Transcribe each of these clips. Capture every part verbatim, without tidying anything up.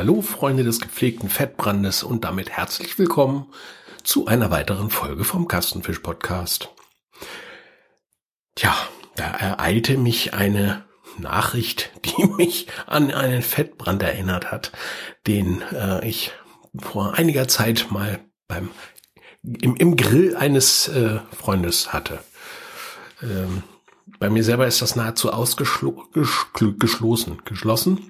Hallo Freunde des gepflegten Fettbrandes und damit herzlich willkommen zu einer weiteren Folge vom Kastenfisch-Podcast. Tja, da ereilte mich eine Nachricht, die mich an einen Fettbrand erinnert hat, den äh, ich vor einiger Zeit mal beim im, im Grill eines äh, Freundes hatte. Ähm, bei mir selber ist das nahezu ausgeschlossen, geschlossen, geschlossen.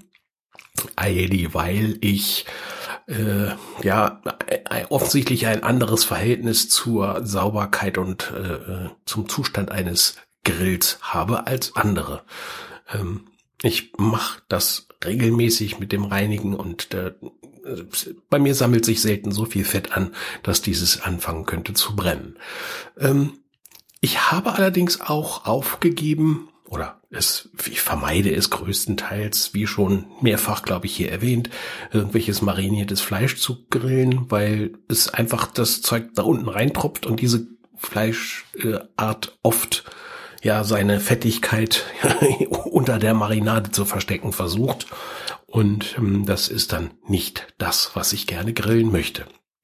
weil ich äh, ja offensichtlich ein anderes Verhältnis zur Sauberkeit und äh, zum Zustand eines Grills habe als andere. Ähm, ich mache das regelmäßig mit dem Reinigen und äh, bei mir sammelt sich selten so viel Fett an, dass dieses anfangen könnte zu brennen. Ähm, ich habe allerdings auch aufgegeben, oder es, ich vermeide es größtenteils, wie schon mehrfach, glaube ich, hier erwähnt, irgendwelches mariniertes Fleisch zu grillen, weil es einfach das Zeug da unten reintropft und diese Fleischart oft ja seine Fettigkeit unter der Marinade zu verstecken versucht. Und ähm, das ist dann nicht das, was ich gerne grillen möchte.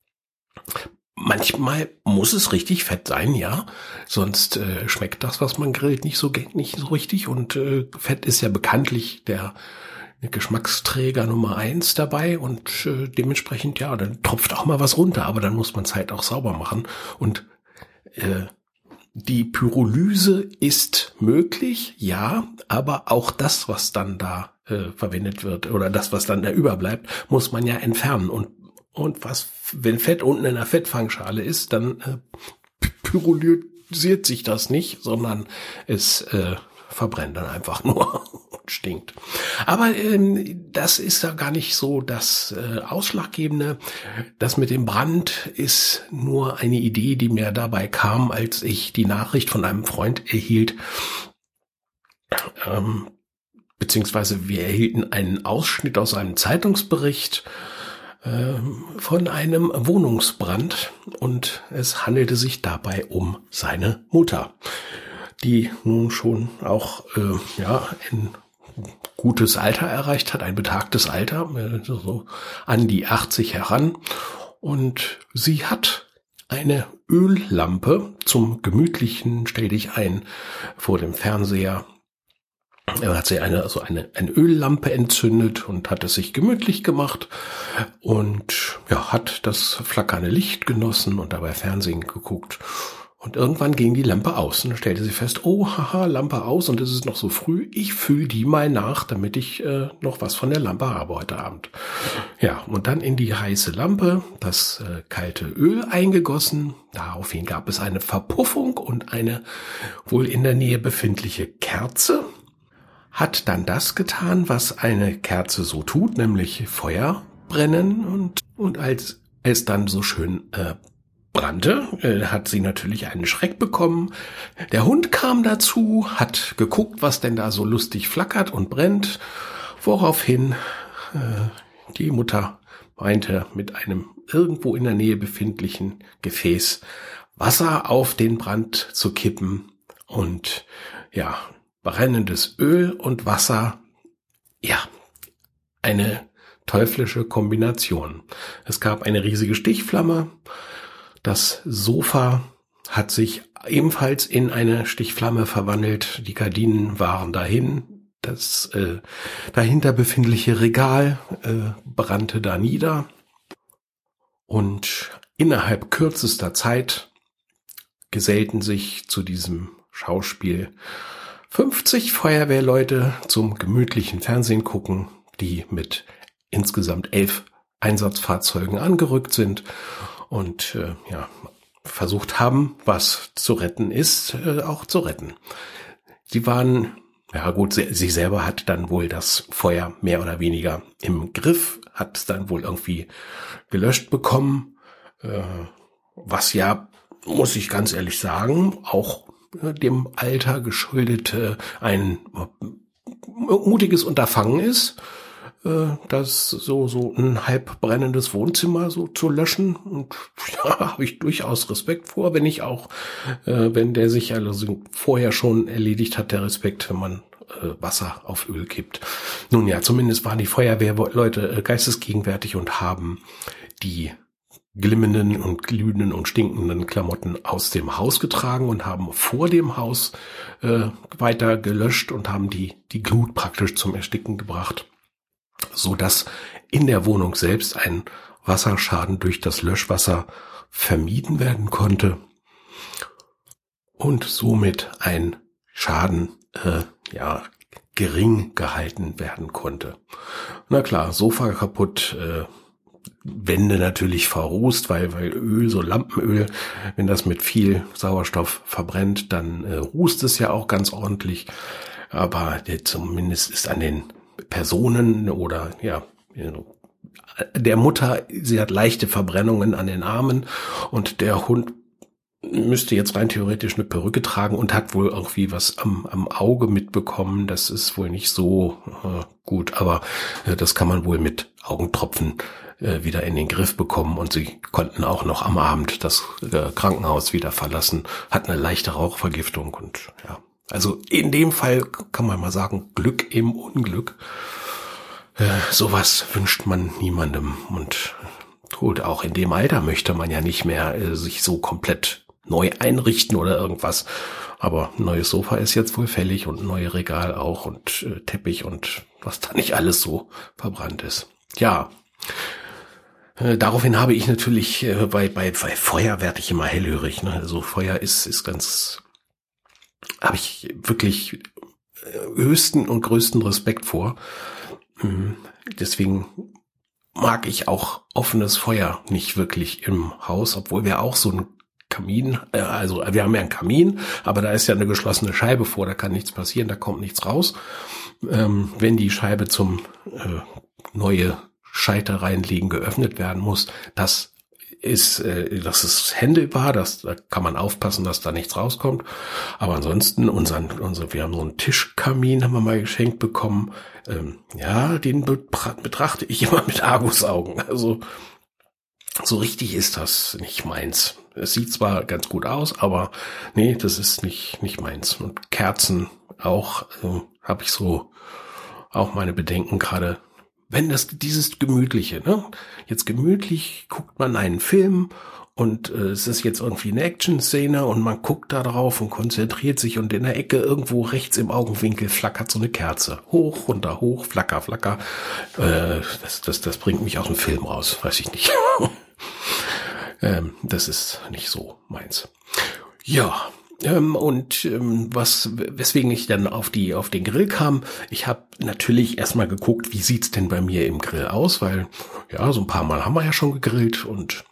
Manchmal muss es richtig fett sein, ja, sonst äh, schmeckt das, was man grillt, nicht so nicht so richtig. Und äh, Fett ist ja bekanntlich der Geschmacksträger Nummer eins dabei und äh, dementsprechend, ja, dann tropft auch mal was runter, aber dann muss man es halt auch sauber machen. Und äh, die Pyrolyse ist möglich, ja, aber auch das, was dann da äh, verwendet wird oder das, was dann da überbleibt, muss man ja entfernen. Und Und was, wenn Fett unten in der Fettfangschale ist, dann äh, pyrolysiert sich das nicht, sondern es äh, verbrennt dann einfach nur und stinkt. Aber ähm, das ist ja gar nicht so das äh, Ausschlaggebende. Das mit dem Brand ist nur eine Idee, die mir dabei kam, als ich die Nachricht von einem Freund erhielt, ähm, beziehungsweise wir erhielten einen Ausschnitt aus einem Zeitungsbericht von einem Wohnungsbrand und es handelte sich dabei um seine Mutter, die nun schon auch äh, ja ein gutes Alter erreicht hat, ein betagtes Alter, äh, so an die achtzig heran, und sie hat eine Öllampe zum gemütlichen Stell dich ein vor dem Fernseher. Er hat sie eine, also eine, eine Öllampe entzündet und hat es sich gemütlich gemacht und ja, hat das flackernde Licht genossen und dabei Fernsehen geguckt. Und irgendwann ging die Lampe aus und dann stellte sie fest, oh, haha, Lampe aus und es ist noch so früh, ich fülle die mal nach, damit ich äh, noch was von der Lampe habe heute Abend. Ja, und dann in die heiße Lampe das äh, kalte Öl eingegossen. Daraufhin gab es eine Verpuffung und eine wohl in der Nähe befindliche Kerze. Hat dann das getan, was eine Kerze so tut, nämlich Feuer brennen, und und als es dann so schön äh, brannte, äh, hat sie natürlich einen Schreck bekommen. Der Hund kam dazu, hat geguckt, was denn da so lustig flackert und brennt, woraufhin äh, die Mutter meinte, mit einem irgendwo in der Nähe befindlichen Gefäß Wasser auf den Brand zu kippen und ja, brennendes Öl und Wasser, ja, eine teuflische Kombination. Es gab eine riesige Stichflamme. Das Sofa hat sich ebenfalls in eine Stichflamme verwandelt. Die Gardinen waren dahin. Das äh, dahinter befindliche Regal äh, brannte da nieder. Und innerhalb kürzester Zeit gesellten sich zu diesem Schauspiel fünfzig Feuerwehrleute zum gemütlichen Fernsehen gucken, die mit insgesamt elf Einsatzfahrzeugen angerückt sind und äh, ja versucht haben, was zu retten ist, äh, auch zu retten. Sie waren, ja gut, sie, sie selber hat dann wohl das Feuer mehr oder weniger im Griff, hat es dann wohl irgendwie gelöscht bekommen, äh, was ja, muss ich ganz ehrlich sagen, auch dem Alter geschuldet äh, ein mutiges Unterfangen ist, äh, das so so ein halb brennendes Wohnzimmer so zu löschen. Und ja, habe ich durchaus Respekt vor, wenn ich auch, äh, wenn der sich also vorher schon erledigt hat, der Respekt, wenn man äh, Wasser auf Öl kippt. Nun ja, zumindest waren die Feuerwehrleute äh, geistesgegenwärtig und haben die glimmenden und glühenden und stinkenden Klamotten aus dem Haus getragen und haben vor dem Haus äh, weiter gelöscht und haben die die Glut praktisch zum Ersticken gebracht, so dass in der Wohnung selbst ein Wasserschaden durch das Löschwasser vermieden werden konnte und somit ein Schaden äh, ja gering gehalten werden konnte. Na klar, Sofa kaputt, äh, Wände natürlich verrußt, weil weil Öl, so Lampenöl, wenn das mit viel Sauerstoff verbrennt, dann äh, rußt es ja auch ganz ordentlich. Aber der, zumindest ist an den Personen oder ja der Mutter, sie hat leichte Verbrennungen an den Armen und der Hund müsste jetzt rein theoretisch eine Perücke tragen und hat wohl irgendwie was am, am Auge mitbekommen. Das ist wohl nicht so äh, gut, aber äh, das kann man wohl mit Augentropfen äh, wieder in den Griff bekommen und sie konnten auch noch am Abend das äh, Krankenhaus wieder verlassen, hat eine leichte Rauchvergiftung und ja, also in dem Fall kann man mal sagen, Glück im Unglück. Äh, sowas wünscht man niemandem und gut, auch in dem Alter möchte man ja nicht mehr äh, sich so komplett neu einrichten oder irgendwas. Aber ein neues Sofa ist jetzt wohl fällig und ein neues Regal auch und äh, Teppich und was da nicht alles so verbrannt ist. Ja, äh, daraufhin habe ich natürlich, äh, bei, bei, bei Feuer werde ich immer hellhörig. Ne? Also Feuer ist, ist ganz, habe ich wirklich äh, höchsten und größten Respekt vor. Mhm. Deswegen mag ich auch offenes Feuer nicht wirklich im Haus, obwohl wir auch so ein Kamin, äh, also wir haben ja einen Kamin, aber da ist ja eine geschlossene Scheibe vor, da kann nichts passieren, da kommt nichts raus. Ähm, wenn die Scheibe zum äh, neue Scheite reinlegen geöffnet werden muss, das ist, äh, das ist händelbar, das, da kann man aufpassen, dass da nichts rauskommt. Aber ansonsten, unseren, unser, wir haben so einen Tischkamin, haben wir mal geschenkt bekommen. Ähm, ja, den betrachte ich immer mit Argusaugen. Also so richtig ist das nicht meins. Es sieht zwar ganz gut aus, aber nee, das ist nicht nicht meins. Und Kerzen auch, also, habe ich so auch meine Bedenken gerade. Wenn das dieses Gemütliche, ne? Jetzt gemütlich guckt man einen Film und äh, es ist jetzt irgendwie eine Action-Szene und man guckt da drauf und konzentriert sich und in der Ecke irgendwo rechts im Augenwinkel flackert so eine Kerze. Hoch, runter, hoch, flacker, flacker. Äh, das, das, das bringt mich aus dem Film raus, weiß ich nicht. ähm, das ist nicht so meins. Ja. Ähm, und ähm, was, weswegen ich dann auf die auf den Grill kam, ich habe natürlich erstmal geguckt, wie sieht's denn bei mir im Grill aus, weil ja, so ein paar Mal haben wir ja schon gegrillt und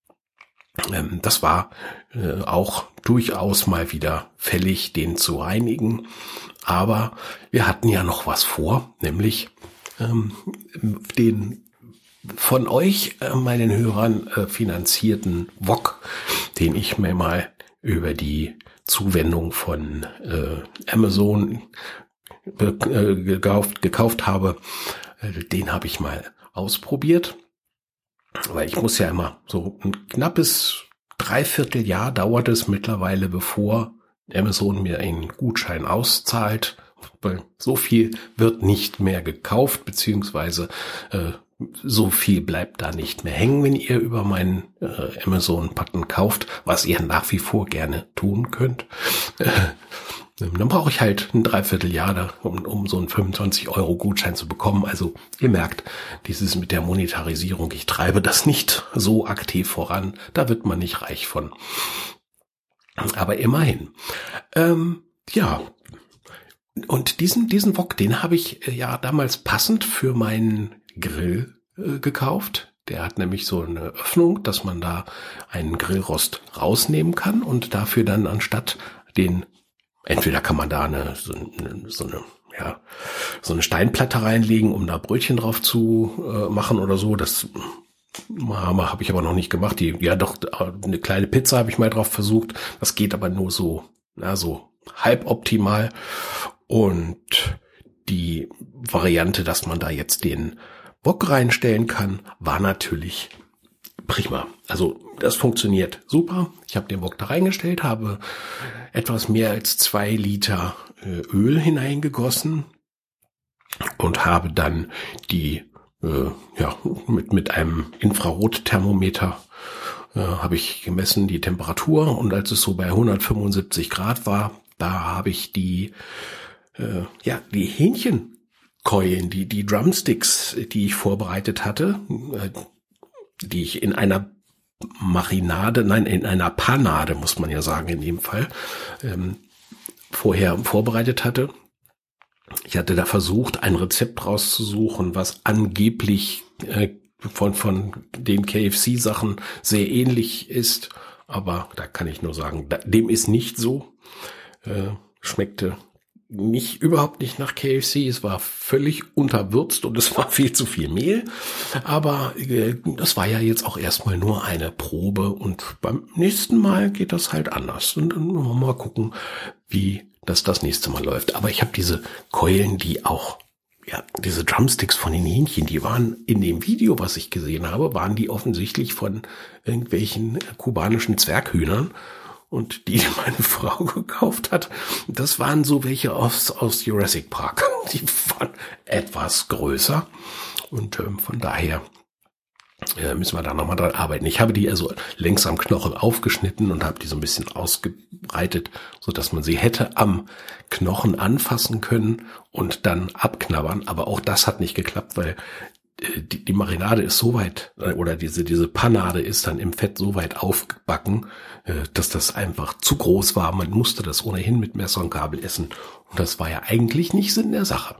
ähm, das war äh, auch durchaus mal wieder fällig, den zu reinigen. Aber wir hatten ja noch was vor, nämlich ähm, den von euch, äh, meinen Hörern, äh, finanzierten Wok, den ich mir mal über die Zuwendung von äh, Amazon äh, gekauft, gekauft habe, äh, den habe ich mal ausprobiert, weil ich muss ja immer so ein knappes Dreivierteljahr dauert es mittlerweile, bevor Amazon mir einen Gutschein auszahlt, weil so viel wird nicht mehr gekauft, beziehungsweise äh, so viel bleibt da nicht mehr hängen, wenn ihr über meinen äh, Amazon-Button kauft, was ihr nach wie vor gerne tun könnt. Äh, dann brauche ich halt ein Dreivierteljahr, da, um, um so einen fünfundzwanzig Euro Gutschein zu bekommen. Also ihr merkt, dieses mit der Monetarisierung, ich treibe das nicht so aktiv voran. Da wird man nicht reich von. Aber immerhin. Ähm, ja. Und diesen, diesen Wok, den habe ich äh, ja damals passend für meinen Grill äh, gekauft. Der hat nämlich so eine Öffnung, dass man da einen Grillrost rausnehmen kann und dafür dann anstatt den, entweder kann man da eine so eine, so eine ja so eine Steinplatte reinlegen, um da Brötchen drauf zu äh, machen oder so. Das habe hab ich aber noch nicht gemacht. Die, ja doch, eine kleine Pizza habe ich mal drauf versucht. Das geht aber nur so, na so halb optimal. Und die Variante, dass man da jetzt den Wok reinstellen kann, war natürlich prima. Also das funktioniert super. Ich habe den Wok da reingestellt, habe etwas mehr als zwei Liter äh, Öl hineingegossen und habe dann die äh, ja mit mit einem Infrarotthermometer äh, habe ich gemessen die Temperatur, und als es so bei hundertfünfundsiebzig Grad war, da habe ich die äh, ja die Hähnchenkeulen, die die Drumsticks, die ich vorbereitet hatte, äh, die ich in einer Marinade, nein, in einer Panade, muss man ja sagen in dem Fall, ähm, vorher vorbereitet hatte. Ich hatte da versucht, ein Rezept rauszusuchen, was angeblich äh, von von den K F C-Sachen sehr ähnlich ist, aber da kann ich nur sagen, da, dem ist nicht so. Äh, schmeckte nicht, überhaupt nicht nach K F C. Es war völlig unterwürzt und es war viel zu viel Mehl. Aber äh, das war ja jetzt auch erstmal nur eine Probe, und beim nächsten Mal geht das halt anders. Und dann wollen wir mal gucken, wie das das nächste Mal läuft. Aber ich habe diese Keulen, die auch, ja, diese Drumsticks von den Hähnchen, die waren in dem Video, was ich gesehen habe, waren die offensichtlich von irgendwelchen kubanischen Zwerghühnern. Und die, die meine Frau gekauft hat, das waren so welche aus, aus Jurassic Park. Die waren etwas größer. Und ähm, von daher äh, müssen wir da nochmal dran arbeiten. Ich habe die also längs am Knochen aufgeschnitten und habe die so ein bisschen ausgebreitet, so dass man sie hätte am Knochen anfassen können und dann abknabbern. Aber auch das hat nicht geklappt, weil Die, die Marinade ist so weit, oder diese diese Panade ist dann im Fett so weit aufgebacken, dass das einfach zu groß war. Man musste das ohnehin mit Messer und Gabel essen. Und das war ja eigentlich nicht Sinn der Sache.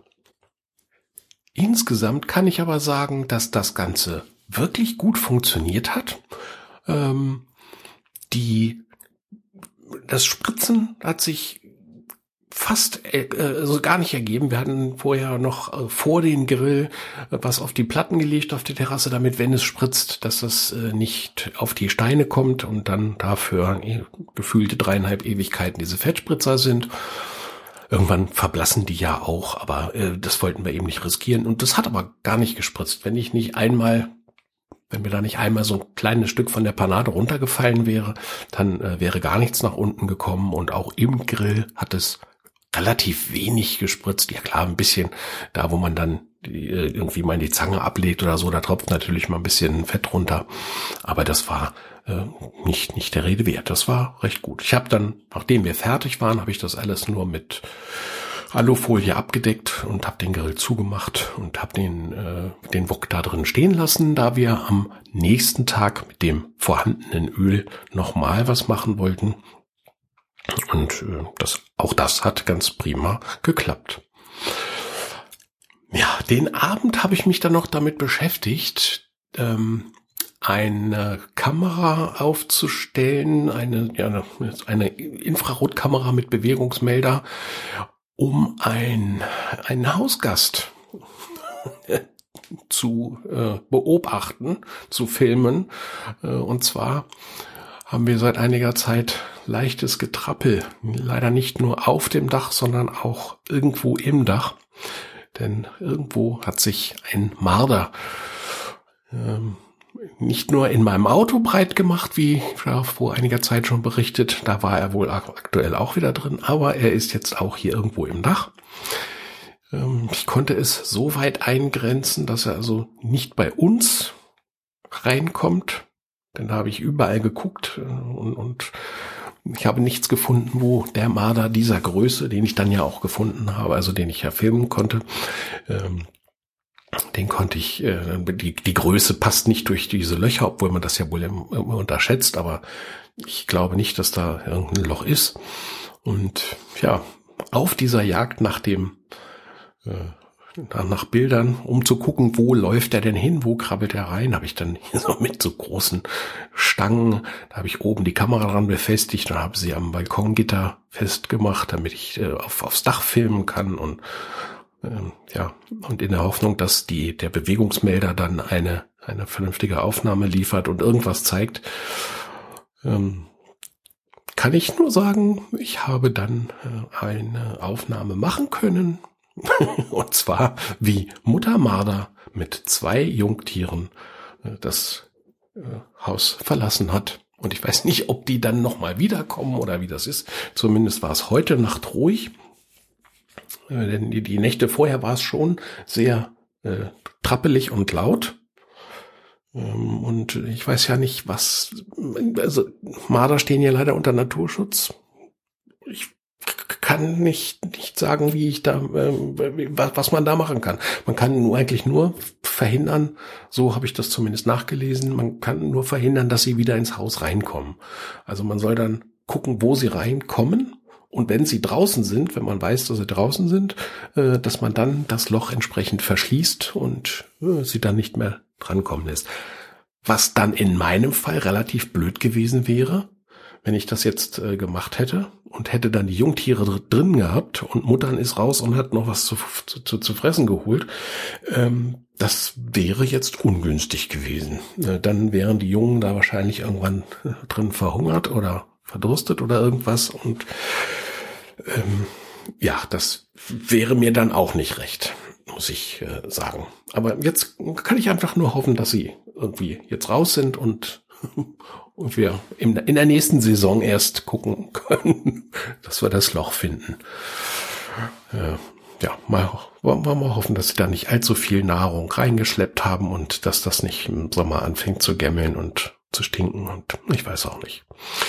Insgesamt kann ich aber sagen, dass das Ganze wirklich gut funktioniert hat. Ähm, die, das Spritzen hat sich fast äh, also gar nicht ergeben. Wir hatten vorher noch äh, vor den Grill äh, was auf die Platten gelegt auf die Terrasse, damit, wenn es spritzt, dass das äh, nicht auf die Steine kommt und dann dafür äh, gefühlte dreieinhalb Ewigkeiten diese Fettspritzer sind. Irgendwann verblassen die ja auch, aber äh, das wollten wir eben nicht riskieren. Und das hat aber gar nicht gespritzt. Wenn ich nicht einmal, wenn mir da nicht einmal so ein kleines Stück von der Panade runtergefallen wäre, dann äh, wäre gar nichts nach unten gekommen. Und auch im Grill hat es relativ wenig gespritzt. Ja klar, ein bisschen da, wo man dann die, irgendwie mal in die Zange ablegt oder so, da tropft natürlich mal ein bisschen Fett runter. Aber das war äh, nicht nicht der Rede wert. Das war recht gut. Ich habe dann, nachdem wir fertig waren, habe ich das alles nur mit Alufolie abgedeckt und habe den Grill zugemacht und habe den äh, den Wok da drin stehen lassen, da wir am nächsten Tag mit dem vorhandenen Öl nochmal was machen wollten. Und äh, das, auch das hat ganz prima geklappt. Ja, den Abend habe ich mich dann noch damit beschäftigt, ähm, eine Kamera aufzustellen, eine, ja, eine, eine Infrarotkamera mit Bewegungsmelder, um ein, einen Hausgast zu äh, beobachten, zu filmen. Äh, und zwar haben wir seit einiger Zeit leichtes Getrappel. Leider nicht nur auf dem Dach, sondern auch irgendwo im Dach. Denn irgendwo hat sich ein Marder ähm, nicht nur in meinem Auto breit gemacht, wie ja, vor einiger Zeit schon berichtet. Da war er wohl aktuell auch wieder drin. Aber er ist jetzt auch hier irgendwo im Dach. Ähm, ich konnte es so weit eingrenzen, dass er also nicht bei uns reinkommt. Denn da habe ich überall geguckt und, und ich habe nichts gefunden, wo der Marder dieser Größe, den ich dann ja auch gefunden habe, also den ich ja filmen konnte, ähm, den konnte ich, äh, die, die Größe passt nicht durch diese Löcher, obwohl man das ja wohl immer unterschätzt, aber ich glaube nicht, dass da irgendein Loch ist. Und ja, auf dieser Jagd nach dem äh, nach Bildern, um zu gucken, wo läuft er denn hin, wo krabbelt er rein, habe ich dann hier so mit so großen Stangen, da habe ich oben die Kamera dran befestigt und habe sie am Balkongitter festgemacht, damit ich äh, auf, aufs Dach filmen kann und äh, ja, und in der Hoffnung, dass die der Bewegungsmelder dann eine eine vernünftige Aufnahme liefert und irgendwas zeigt, ähm, kann ich nur sagen, ich habe dann äh, eine Aufnahme machen können. Und zwar wie Mutter Marder mit zwei Jungtieren das Haus verlassen hat. Und ich weiß nicht, ob die dann nochmal wiederkommen oder wie das ist. Zumindest war es heute Nacht ruhig. Äh, denn die, die Nächte vorher war es schon sehr äh, trappelig und laut. Ähm, und ich weiß ja nicht, was... Also Marder stehen ja leider unter Naturschutz. Ich kann nicht nicht sagen, wie ich da, äh, was, was man da machen kann. Man kann nur eigentlich nur verhindern, so habe ich das zumindest nachgelesen, man kann nur verhindern, dass sie wieder ins Haus reinkommen. Also man soll dann gucken, wo sie reinkommen, und wenn sie draußen sind, wenn man weiß, dass sie draußen sind, äh, dass man dann das Loch entsprechend verschließt und äh, sie dann nicht mehr drankommen lässt. Was dann in meinem Fall relativ blöd gewesen wäre, wenn ich das jetzt äh, gemacht hätte und hätte dann die Jungtiere dr- drin gehabt und Muttern ist raus und hat noch was zu, zu, zu fressen geholt, ähm, das wäre jetzt ungünstig gewesen. Äh, dann wären die Jungen da wahrscheinlich irgendwann äh, drin verhungert oder verdurstet oder irgendwas, und ähm, ja, das wäre mir dann auch nicht recht, muss ich äh, sagen. Aber jetzt kann ich einfach nur hoffen, dass sie irgendwie jetzt raus sind und und wir in der nächsten Saison erst gucken können, dass wir das Loch finden. Äh, ja, mal, wollen wir mal hoffen, dass sie da nicht allzu viel Nahrung reingeschleppt haben und dass das nicht im Sommer anfängt zu gämmeln und zu stinken, und ich weiß auch nicht.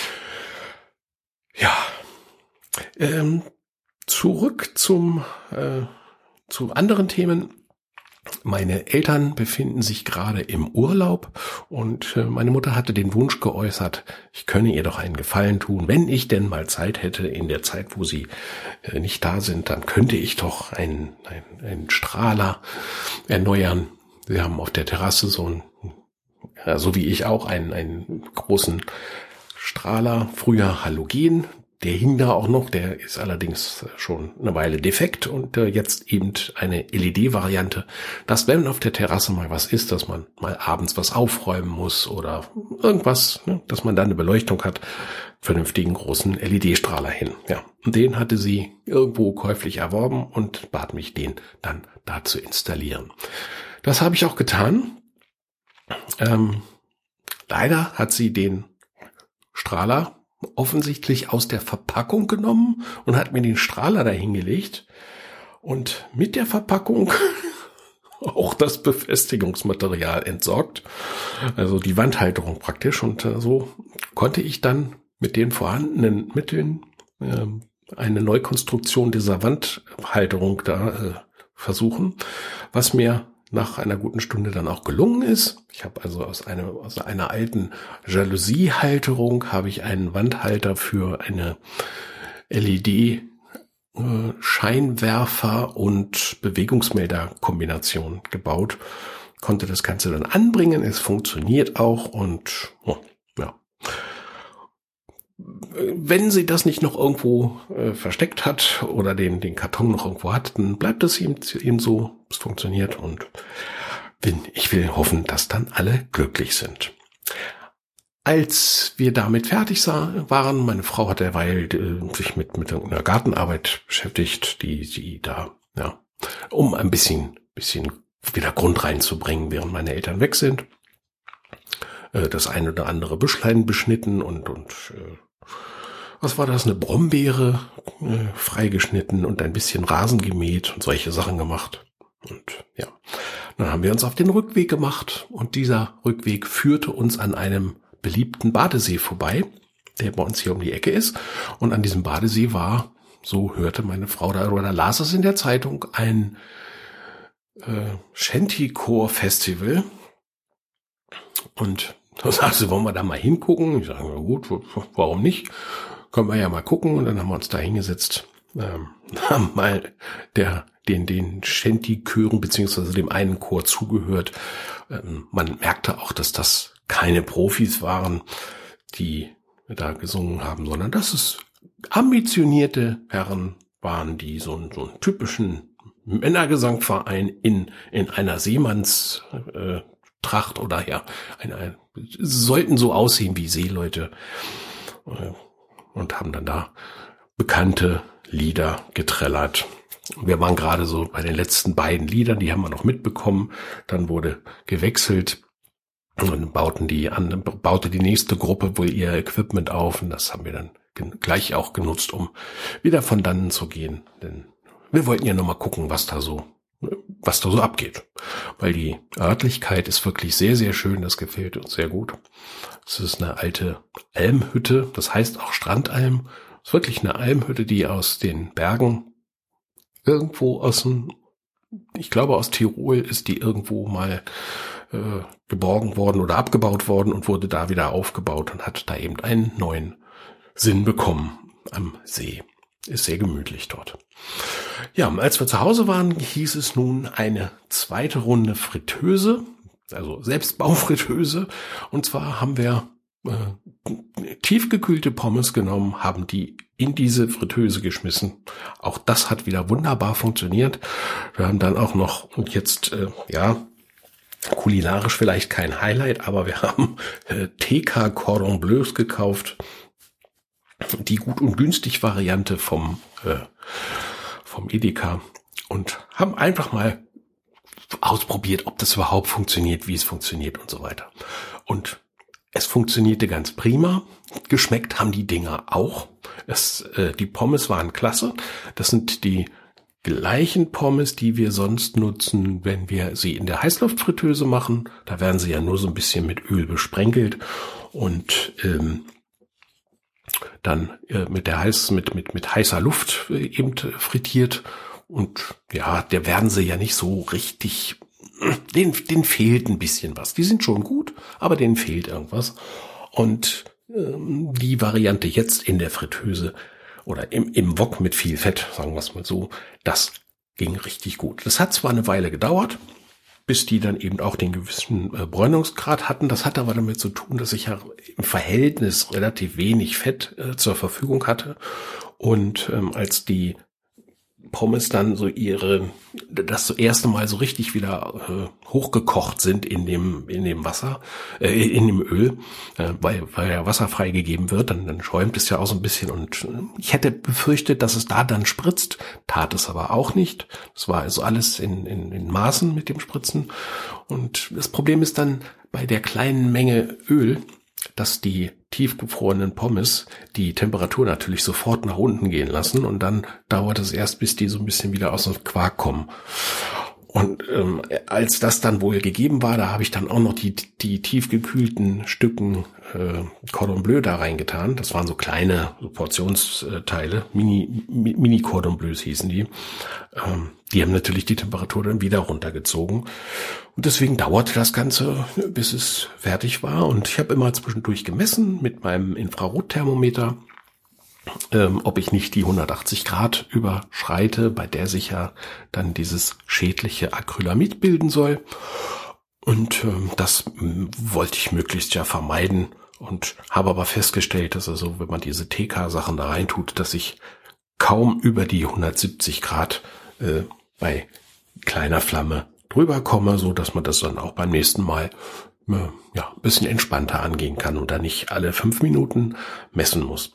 Ja, ähm, zurück zum äh, zu anderen Themen. Meine Eltern befinden sich gerade im Urlaub und meine Mutter hatte den Wunsch geäußert, ich könne ihr doch einen Gefallen tun, wenn ich denn mal Zeit hätte, in der Zeit, wo sie nicht da sind, dann könnte ich doch einen, einen, einen Strahler erneuern. Sie haben auf der Terrasse so einen, ja, so wie ich auch, einen, einen großen Strahler, früher Halogen. Der hing da auch noch, der ist allerdings schon eine Weile defekt, und äh, jetzt eben eine L E D-Variante, dass wenn auf der Terrasse mal was ist, dass man mal abends was aufräumen muss oder irgendwas, ne, dass man da eine Beleuchtung hat, vernünftigen großen L E D-Strahler hin. Ja, und den hatte sie irgendwo käuflich erworben und bat mich, den dann da zu installieren. Das habe ich auch getan. Ähm, leider hat sie den Strahler offensichtlich aus der Verpackung genommen und hat mir den Strahler dahingelegt und mit der Verpackung auch das Befestigungsmaterial entsorgt, also die Wandhalterung praktisch, und äh, so konnte ich dann mit den vorhandenen Mitteln äh, eine Neukonstruktion dieser Wandhalterung da äh, versuchen, was mir nach einer guten Stunde dann auch gelungen ist. Ich habe also aus einer, aus einer alten Jalousie-Halterung habe ich einen Wandhalter für eine L E D äh, Scheinwerfer und Bewegungsmelder-Kombination gebaut. Konnte das Ganze dann anbringen. Es funktioniert auch, und oh, ja. Wenn sie das nicht noch irgendwo äh, versteckt hat oder den den Karton noch irgendwo hat, dann bleibt es eben, eben so. Es funktioniert, und bin, ich will hoffen, dass dann alle glücklich sind. Als wir damit fertig sah, waren, meine Frau hat derweil äh, sich mit mit einer Gartenarbeit beschäftigt, die sie da, ja, um ein bisschen bisschen wieder Grund reinzubringen, während meine Eltern weg sind. Äh, das eine oder andere Büschlein beschnitten und und äh, was war das? Eine Brombeere äh, freigeschnitten und ein bisschen Rasen gemäht und solche Sachen gemacht. Und ja, dann haben wir uns auf den Rückweg gemacht, und dieser Rückweg führte uns an einem beliebten Badesee vorbei, der bei uns hier um die Ecke ist. Und an diesem Badesee war, so hörte meine Frau da, oder las es in der Zeitung, ein äh, Shantycore-Festival. Und da sagte sie, wollen wir da mal hingucken? Ich sage, na gut, warum nicht? Können wir ja mal gucken. Und dann haben wir uns da hingesetzt, ähm, haben mal der, den, den Shanty-Chören beziehungsweise dem einen Chor zugehört. Ähm, man merkte auch, dass das keine Profis waren, die da gesungen haben, sondern dass es ambitionierte Herren waren, die so einen, so einen typischen Männergesangverein in, in einer Seemanns, äh, Tracht oder ja, eine, eine, sollten so aussehen wie Seeleute, äh, und haben dann da bekannte Lieder getrellert. Wir waren gerade so bei den letzten beiden Liedern, die haben wir noch mitbekommen. Dann wurde gewechselt Und dann bauten die an, baute die nächste Gruppe wohl ihr Equipment auf und das haben wir dann gleich auch genutzt, um wieder von dannen zu gehen. Denn wir wollten ja nochmal gucken, was da so, was da so abgeht. Weil die Örtlichkeit ist wirklich sehr, sehr schön, das gefällt uns sehr gut. Es ist eine alte Almhütte, das heißt auch Strandalm. Es ist wirklich eine Almhütte, die aus den Bergen irgendwo aus dem, ich glaube aus Tirol ist die irgendwo mal äh, geborgen worden oder abgebaut worden und wurde da wieder aufgebaut und hat da eben einen neuen Sinn bekommen am See. Ist sehr gemütlich dort. Ja, als wir zu Hause waren, hieß es nun eine zweite Runde Fritteuse, also Selbstbaufritteuse. Und zwar haben wir äh, tiefgekühlte Pommes genommen, haben die in diese Fritteuse geschmissen. Auch das hat wieder wunderbar funktioniert. Wir haben dann auch noch, und jetzt, äh, ja, kulinarisch vielleicht kein Highlight, aber wir haben äh, T K Cordon Bleus gekauft. Die gut und günstig Variante vom, äh, vom Edeka und haben einfach mal ausprobiert, ob das überhaupt funktioniert, wie es funktioniert und so weiter. Und es funktionierte ganz prima. Geschmeckt haben die Dinger auch. Es, äh, die Pommes waren klasse. Das sind die gleichen Pommes, die wir sonst nutzen, wenn wir sie in der Heißluftfritteuse machen. Da werden sie ja nur so ein bisschen mit Öl besprenkelt und ähm, dann äh, mit der heiß mit mit mit heißer Luft äh, eben frittiert. Und ja, der werden sie ja nicht so richtig, denen, denen fehlt ein bisschen was. Die sind schon gut, aber denen fehlt irgendwas. Und ähm, die Variante jetzt in der Fritteuse oder im, im Wok mit viel Fett, sagen wir es mal so, das ging richtig gut. Das hat zwar eine Weile gedauert, bis die dann eben auch den gewissen äh, Bräunungsgrad hatten. Das hat aber damit zu tun, dass ich ja im Verhältnis relativ wenig Fett äh, zur Verfügung hatte. Und ähm, als die Pommes dann so ihre, das so erste Mal so richtig wieder äh, hochgekocht sind in dem in dem Wasser, äh, in dem Öl, äh, weil weil ja Wasser freigegeben wird, dann dann schäumt es ja auch so ein bisschen und äh, ich hätte befürchtet, dass es da dann spritzt, tat es aber auch nicht. Das war also alles in in, in Maßen mit dem Spritzen und das Problem ist dann bei der kleinen Menge Öl, dass die tiefgefrorenen Pommes die Temperatur natürlich sofort nach unten gehen lassen und dann dauert es erst, bis die so ein bisschen wieder aus dem Quark kommen. Und ähm, als das dann wohl gegeben war, da habe ich dann auch noch die die tiefgekühlten Stücken äh, Cordon Bleu da reingetan. Das waren so kleine so Portionsteile, Mini Mini Cordon Bleus hießen die. Ähm, die haben natürlich die Temperatur dann wieder runtergezogen. Und deswegen dauerte das Ganze, bis es fertig war. Und ich habe immer zwischendurch gemessen mit meinem Infrarotthermometer, ähm, ob ich nicht die hundertachtzig Grad überschreite, bei der sich ja dann dieses schädliche Acrylamid bilden soll. Und ähm, das ähm, wollte ich möglichst ja vermeiden und habe aber festgestellt, dass also, wenn man diese T K-Sachen da reintut, dass ich kaum über die hundertsiebzig Grad äh, bei kleiner Flamme drüber komme, so dass man das dann auch beim nächsten Mal äh, ja ein bisschen entspannter angehen kann und dann nicht alle fünf Minuten messen muss.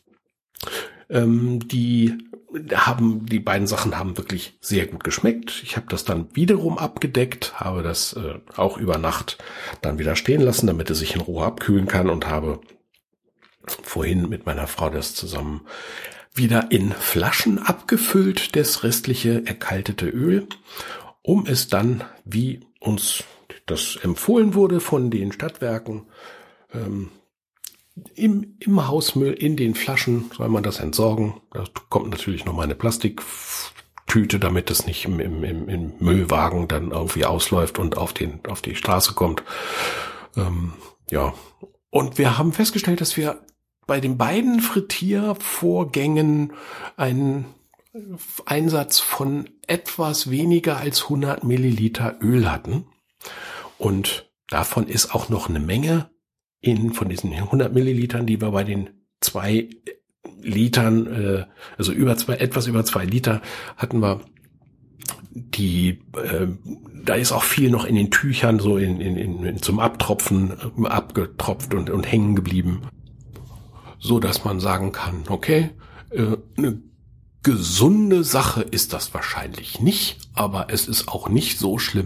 Ähm, die haben die beiden Sachen haben wirklich sehr gut geschmeckt. Ich habe das dann wiederum abgedeckt, habe das äh, auch über Nacht dann wieder stehen lassen, damit es sich in Ruhe abkühlen kann und habe vorhin mit meiner Frau das zusammen wieder in Flaschen abgefüllt, das restliche erkaltete Öl, um es dann, wie uns das empfohlen wurde von den Stadtwerken, ähm, im, im Hausmüll, in den Flaschen soll man das entsorgen. Da kommt natürlich noch mal eine Plastiktüte, damit es nicht im, im, im, im Müllwagen dann irgendwie ausläuft und auf den auf die Straße kommt. Ähm, ja, und wir haben festgestellt, dass wir bei den beiden Frittiervorgängen einen Einsatz von etwas weniger als hundert Milliliter Öl hatten. Und davon ist auch noch eine Menge in von diesen hundert Millilitern, die wir bei den zwei Litern, äh, also über zwei, etwas über zwei Liter hatten wir, die, äh, da ist auch viel noch in den Tüchern so in, in, in zum Abtropfen äh, abgetropft und, und hängen geblieben, so dass man sagen kann, okay, äh, eine gesunde Sache ist das wahrscheinlich nicht, aber es ist auch nicht so schlimm,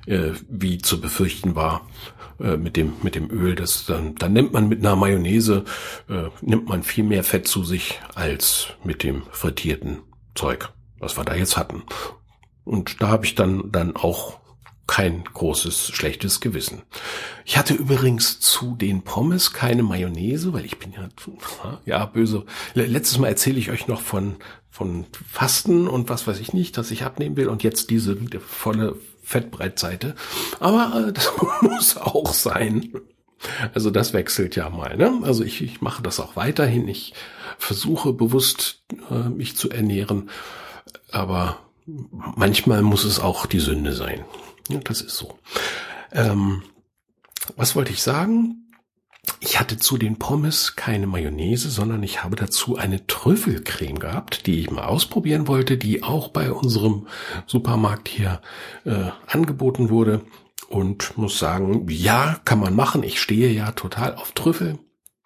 äh, wie zu befürchten war äh, mit dem mit dem Öl. Das dann dann nimmt man mit einer Mayonnaise äh, nimmt man viel mehr Fett zu sich als mit dem frittierten Zeug, was wir da jetzt hatten. Und da habe ich dann dann auch kein großes schlechtes Gewissen. Ich hatte übrigens zu den Pommes keine Mayonnaise, weil ich bin ja ja böse. Letztes Mal erzähle ich euch noch von von Fasten und was weiß ich nicht, dass ich abnehmen will und jetzt diese volle Fettbreitseite. Aber äh, das muss auch sein. Also das wechselt ja mal, ne? Also ich, ich mache das auch weiterhin. Ich versuche bewusst äh, mich zu ernähren, aber manchmal muss es auch die Sünde sein. Ja, das ist so. Ähm, was wollte ich sagen? Ich hatte zu den Pommes keine Mayonnaise, sondern ich habe dazu eine Trüffelcreme gehabt, die ich mal ausprobieren wollte, die auch bei unserem Supermarkt hier äh, angeboten wurde. Und muss sagen, ja, kann man machen. Ich stehe ja total auf Trüffel.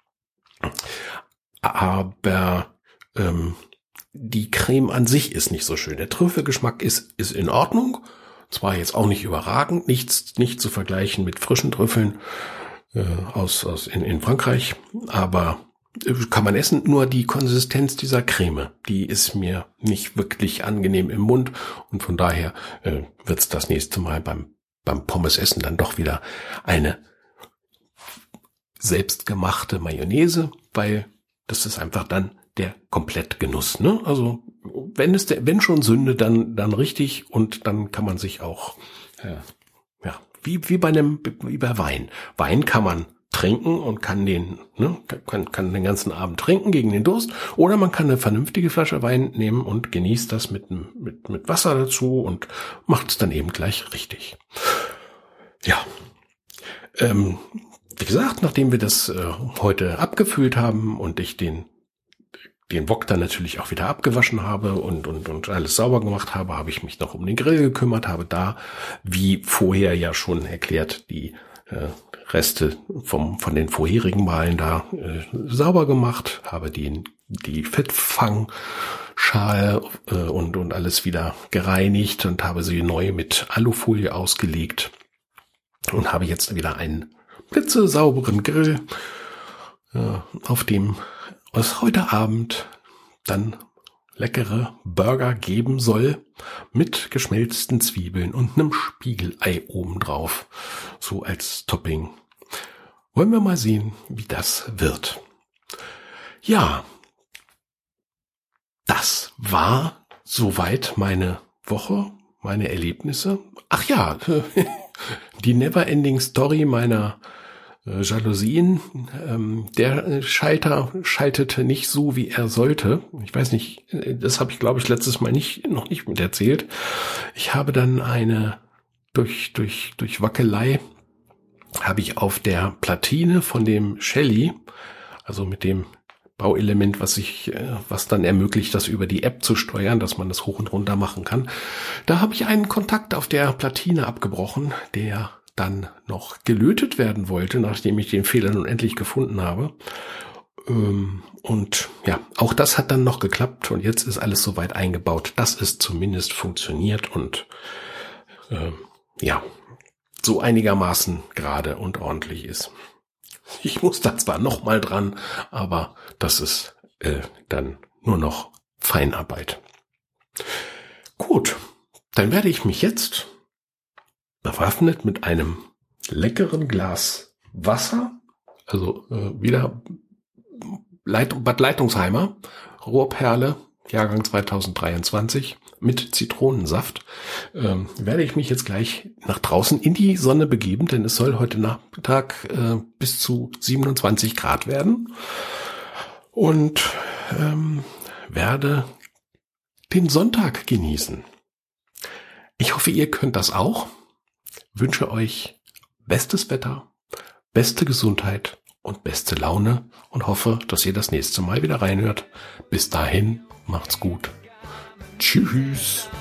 Aber ähm, die Creme an sich ist nicht so schön. Der Trüffelgeschmack ist ist in Ordnung. Zwar jetzt auch nicht überragend, nichts nicht zu vergleichen mit frischen Trüffeln äh, aus aus in, in Frankreich, aber äh, kann man essen. Nur die Konsistenz dieser Creme, die ist mir nicht wirklich angenehm im Mund und von daher äh, wird's das nächste Mal beim beim Pommesessen dann doch wieder eine selbstgemachte Mayonnaise, weil das ist einfach dann der Komplettgenuss, ne? Also wenn es der, wenn schon Sünde, dann dann richtig und dann kann man sich auch ja, ja wie wie bei einem wie bei Wein. Wein kann man trinken und kann den ne kann kann den ganzen Abend trinken gegen den Durst oder man kann eine vernünftige Flasche Wein nehmen und genießt das mit mit mit Wasser dazu und macht es dann eben gleich richtig. Ja. Ähm, wie gesagt, nachdem wir das äh, heute abgefüllt haben und ich den den Wok dann natürlich auch wieder abgewaschen habe und und und alles sauber gemacht habe, habe ich mich noch um den Grill gekümmert, habe da, wie vorher ja schon erklärt, die äh, Reste vom von den vorherigen Malen da äh, sauber gemacht, habe die die Fettfangschale äh, und und alles wieder gereinigt und habe sie neu mit Alufolie ausgelegt und habe jetzt wieder einen blitzesauberen Grill, äh, auf dem es heute Abend dann leckere Burger geben soll mit geschmelzten Zwiebeln und einem Spiegelei obendrauf, so als Topping. Wollen wir mal sehen, wie das wird. Ja, das war soweit meine Woche, meine Erlebnisse. Ach ja, die Neverending Story meiner Jalousien. Ähm, der Schalter schaltete nicht so, wie er sollte. Ich weiß nicht, das habe ich, glaube ich, letztes Mal nicht noch nicht mit erzählt. Ich habe dann eine durch durch durch Wackelei habe ich auf der Platine von dem Shelly, also mit dem Bauelement, was ich, was dann ermöglicht, das über die App zu steuern, dass man das hoch und runter machen kann. Da habe ich einen Kontakt auf der Platine abgebrochen, der dann noch gelötet werden wollte, nachdem ich den Fehler nun endlich gefunden habe. Und ja, auch das hat dann noch geklappt und jetzt ist alles soweit eingebaut, dass es zumindest funktioniert und äh, ja, so einigermaßen gerade und ordentlich ist. Ich muss da zwar noch mal dran, aber das ist äh, dann nur noch Feinarbeit. Gut, dann werde ich mich jetzt bewaffnet mit einem leckeren Glas Wasser, also äh, wieder Leit- Bad Leitungsheimer, Rohrperle, Jahrgang zweitausenddreiundzwanzig, mit Zitronensaft, ähm, werde ich mich jetzt gleich nach draußen in die Sonne begeben, denn es soll heute Nachmittag äh, bis zu siebenundzwanzig Grad werden und ähm, werde den Sonntag genießen. Ich hoffe, ihr könnt das auch. Wünsche euch bestes Wetter, beste Gesundheit und beste Laune und hoffe, dass ihr das nächste Mal wieder reinhört. Bis dahin, macht's gut. Tschüss.